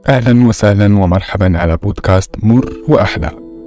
أهلا وسهلا ومرحبا على بودكاست مر وأحلى.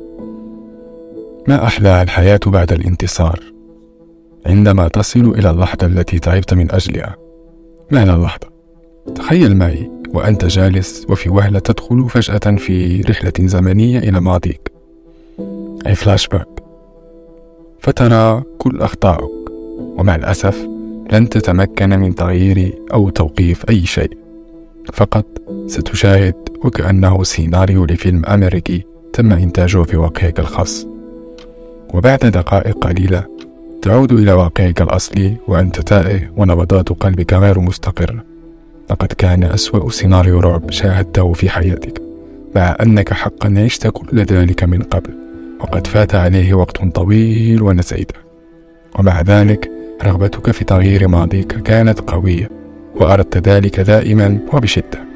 ما أحلى الحياة بعد الانتصار، عندما تصل إلى اللحظة التي تعبت من أجلها. معنى اللحظة، تخيل معي وأنت جالس وفي وهلة تدخل فجأة في رحلة زمنية إلى ماضيك، أي فلاش باك، فترى كل أخطائك، ومع الأسف لن تتمكن من تغيير أو توقيف أي شيء، فقط ستشاهد وكأنه سيناريو لفيلم أمريكي تم إنتاجه في واقعك الخاص. وبعد دقائق قليلة تعود إلى واقعك الأصلي وأنت تائه ونبضات قلبك غير مستقرة. لقد كان أسوأ سيناريو رعب شاهدته في حياتك، مع أنك حقا عشت كل ذلك من قبل وقد فات عليه وقت طويل ونسيته. ومع ذلك رغبتك في تغيير ماضيك كانت قوية، وأردت ذلك دائما وبشدة.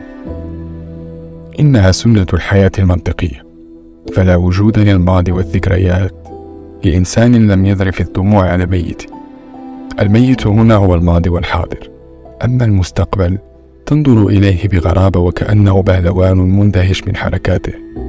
إنها سنة الحياة المنطقية، فلا وجود للماضي والذكريات لإنسان لم يذرف الدموع على ميت. الميت هنا هو الماضي والحاضر، أما المستقبل تنظر إليه بغرابة وكأنه بهلوان مندهش من حركاته.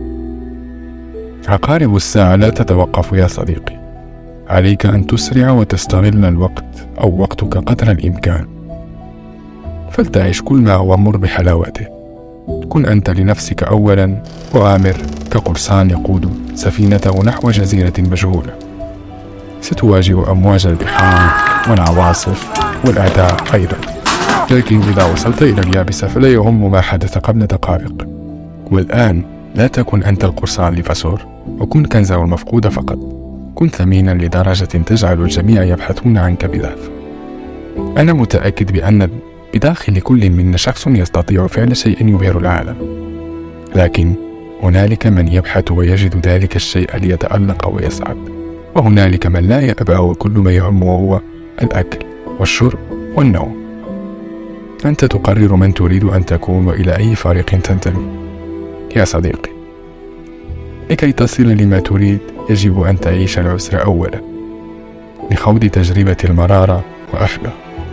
عقارب الساعة لا تتوقف يا صديقي، عليك أن تسرع وتستغل الوقت أو وقتك قدر الإمكان، فلتعش كل ما هو مر بحلاوته. كن أنت لنفسك أولا، وآمر كقرصان يقود سفينته نحو جزيرة مجهولة. ستواجه أمواج البحار والعواصف والأعداء أيضا، لكن إذا وصلت إلى اليابسة فلا يهم ما حدث قبل دقائق. والآن لا تكن أنت القرصان لفسور، وكن كنزه المفقود فقط. كن ثمينا لدرجة تجعل الجميع يبحثون عنك بلهفة. أنا متأكد بأن بداخل كل منا شخص يستطيع فعل شيء يبهر العالم، لكن هنالك من يبحث ويجد ذلك الشيء ليتألق ويسعد، وهنالك من لا يأبى وكل ما يهمه هو الأكل والشرب والنوم. أنت تقرر من تريد أن تكون وإلى أي فريق تنتمي. يا صديقي، لكي تصل لما تريد يجب أن تعيش العسر أولا، لخوض تجربة المرارة وأحلى.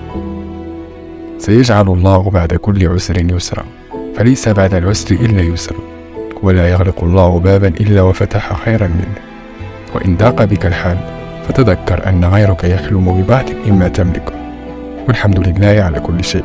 سيجعل الله بعد كل عسر يسرا، فليس بعد العسر إلا يسرا، ولا يغلق الله بابا إلا وفتح خيرا منه. وإن ضاق بك الحال فتذكر أن غيرك يحلم ببعض مما تملكه، والحمد لله على كل شيء.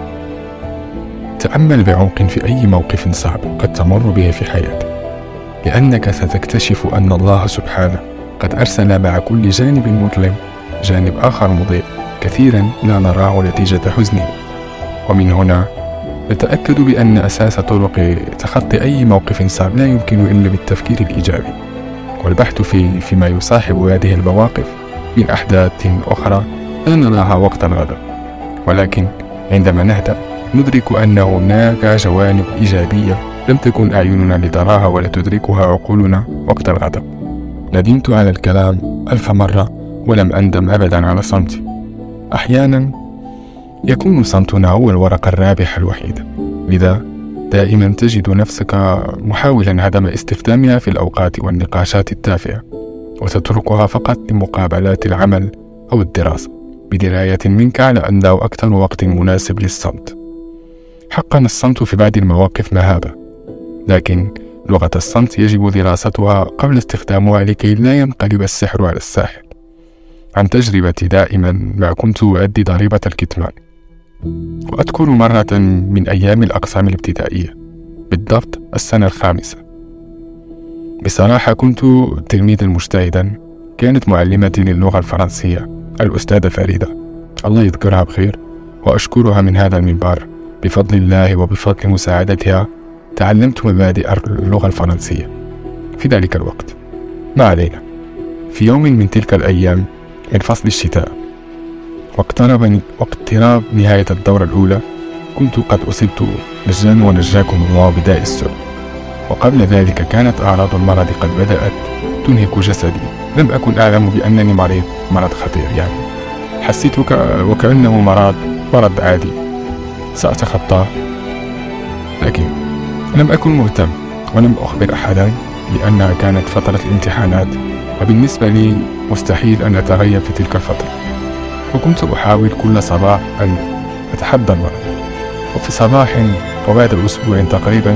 تأمل بعمق في أي موقف صعب قد تمر به في حياتك، لأنك ستكتشف أن الله سبحانه قد أرسل مع كل جانب مظلم جانب آخر مضيء، كثيرا لا نراه نتيجة حزنه. ومن هنا نتأكد بأن أساس طرق تخطي أي موقف صعب لا يمكن إلا بالتفكير الإيجابي والبحث فيما يصاحب هذه المواقف من أحداث أخرى لا نراها وقت الغضب، ولكن عندما نهدأ ندرك أن هناك جوانب إيجابية لم تكن أعيننا لتراها ولا تدركها عقولنا وقت الغضب. ندمت على الكلام 1000 مرة ولم أندم أبدا على صمتي. أحيانا يكون صمتنا هو الورقة الرابحة الوحيدة، لذا دائما تجد نفسك محاولا عدم استخدامها في الأوقات والنقاشات التافهة، وتتركها فقط لمقابلات العمل أو الدراسة، بدراية منك على أنه أكثر وقت مناسب للصمت. حقا الصمت في بعض المواقف مهابة، لكن لغة الصمت يجب دراستها قبل استخدامها لكي لا ينقلب السحر على الساحر. عن تجربتي دائما ما كنت أؤدي ضريبة الكتمان، وأذكر مرة من أيام الأقسام الابتدائية، بالضبط السنة 5. بصراحة كنت تلميذا مجتهدا. كانت معلمتي للغة الفرنسية الأستاذة فريدة، الله يذكرها بخير وأشكرها من هذا المنبر. بفضل الله وبفضل مساعدتها تعلمت مبادئ اللغة الفرنسية في ذلك الوقت. ما علينا. في يوم من تلك الأيام من فصل الشتاء واقتراب نهاية الدورة الأولى، كنت قد أصبت مجانا ونجاكم الله بداء السل، وقبل ذلك كانت أعراض المرض قد بدأت تنهك جسدي. لم أكن أعلم بأنني مرض خطير، يعني حسيت وكأنه مرض عادي سأتخطاه، لكن لم أكن مهتم ولم أخبر أحدا لأنها كانت فترة الامتحانات، وبالنسبة لي مستحيل أن أتغيب في تلك الفترة. وكنت أحاول كل صباح أن أتحدى المرض، وفي صباح وبعد أسبوع تقريبا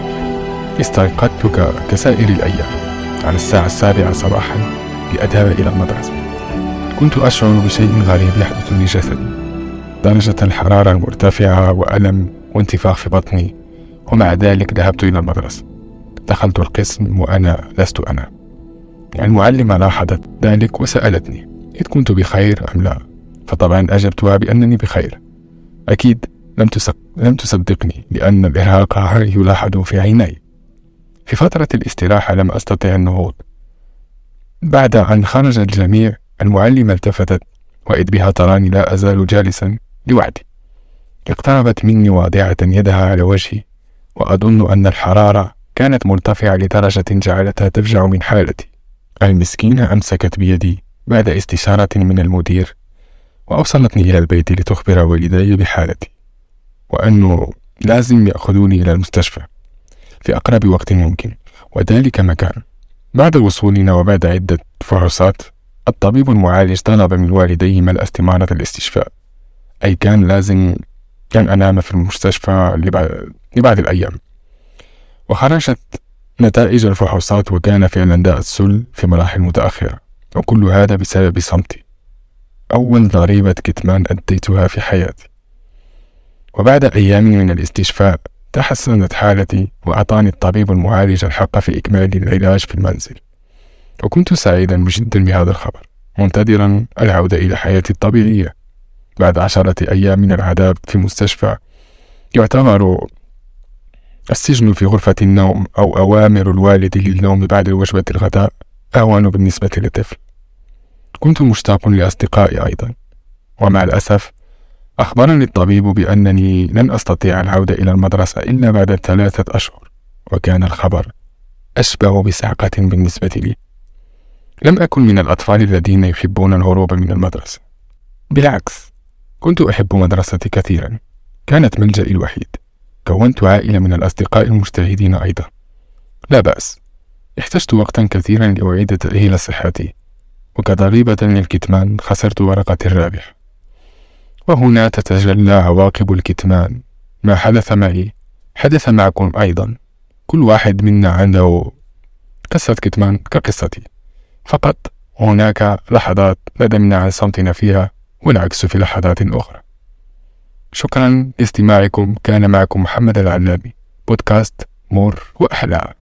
استيقظت كسائر الأيام على الساعة 7 صباحا لأذهب إلى المدرسة. كنت أشعر بشيء غريب يحدث لجسدي، درجة الحرارة المرتفعة وألم وانتفاخ في بطني، ومع ذلك ذهبت إلى المدرسة. دخلت القسم وأنا لست أنا. المعلمة لاحظت ذلك وسألتني إذ كنت بخير أم لا، فطبعا أجبتها بأنني بخير. أكيد لم تصدقني لأن الإرهاق يلاحظ في عيني. في فترة الاستراحة لم أستطع النهوض. بعد أن خرج الجميع المعلمة التفتت وإذ بها تراني لا أزال جالسا لوحدي. اقتربت مني واضعة يدها على وجهي، وأظن أن الحرارة كانت مرتفعة لدرجة جعلتها تفجع من حالتي. المسكينة أمسكت بيدي بعد استشارة من المدير وأوصلتني إلى البيت لتخبر والدي بحالتي، وأنه لازم يأخذوني إلى المستشفى في أقرب وقت ممكن، وذلك مكان. بعد وصولنا وبعد عدة فحوصات، الطبيب المعالج طلب من والدي ملء استمارة الاستشفاء، أي كان لازم أنام في المستشفى لبعض الأيام. وخرجت نتائج الفحوصات، وكان فعلا داء السل في مراحل متأخرة، وكل هذا بسبب صمتي، أول ضريبة كتمان أديتها في حياتي. وبعد أيام من الاستشفاء تحسنت حالتي، وأعطاني الطبيب المعالج الحق في إكمال العلاج في المنزل، وكنت سعيدا جدا بهذا الخبر، منتظرا العودة إلى حياتي الطبيعية. بعد 10 أيام من العذاب في مستشفى يعتبر السجن في غرفة النوم أو أوامر الوالد للنوم بعد وجبة الغداء أهون بالنسبة للطفل. كنت مشتاق لأصدقائي أيضا، ومع الأسف أخبرني الطبيب بأنني لن أستطيع العودة إلى المدرسة إلا بعد 3 أشهر، وكان الخبر أشبه بصعقة بالنسبة لي. لم أكن من الأطفال الذين يحبون الهروب من المدرسة، بالعكس كنت أحب مدرستي كثيرا، كانت ملجئي الوحيد. كونت عائلة من الأصدقاء المجتهدين أيضا، لا بأس. احتجت وقتا كثيرا لأعيد تأهيل صحتي، وكضريبة للكتمان خسرت ورقة الرابح. وهنا تتجلى عواقب الكتمان. ما حدث معي حدث معكم أيضا. كل واحد منا عنده قصة كتمان كقصتي، فقط هناك لحظات ندمنا عن صمتنا فيها، والعكس في لحظات أخرى. شكرا لاستماعكم. كان معكم محمد العلامي، بودكاست مور وأحلام.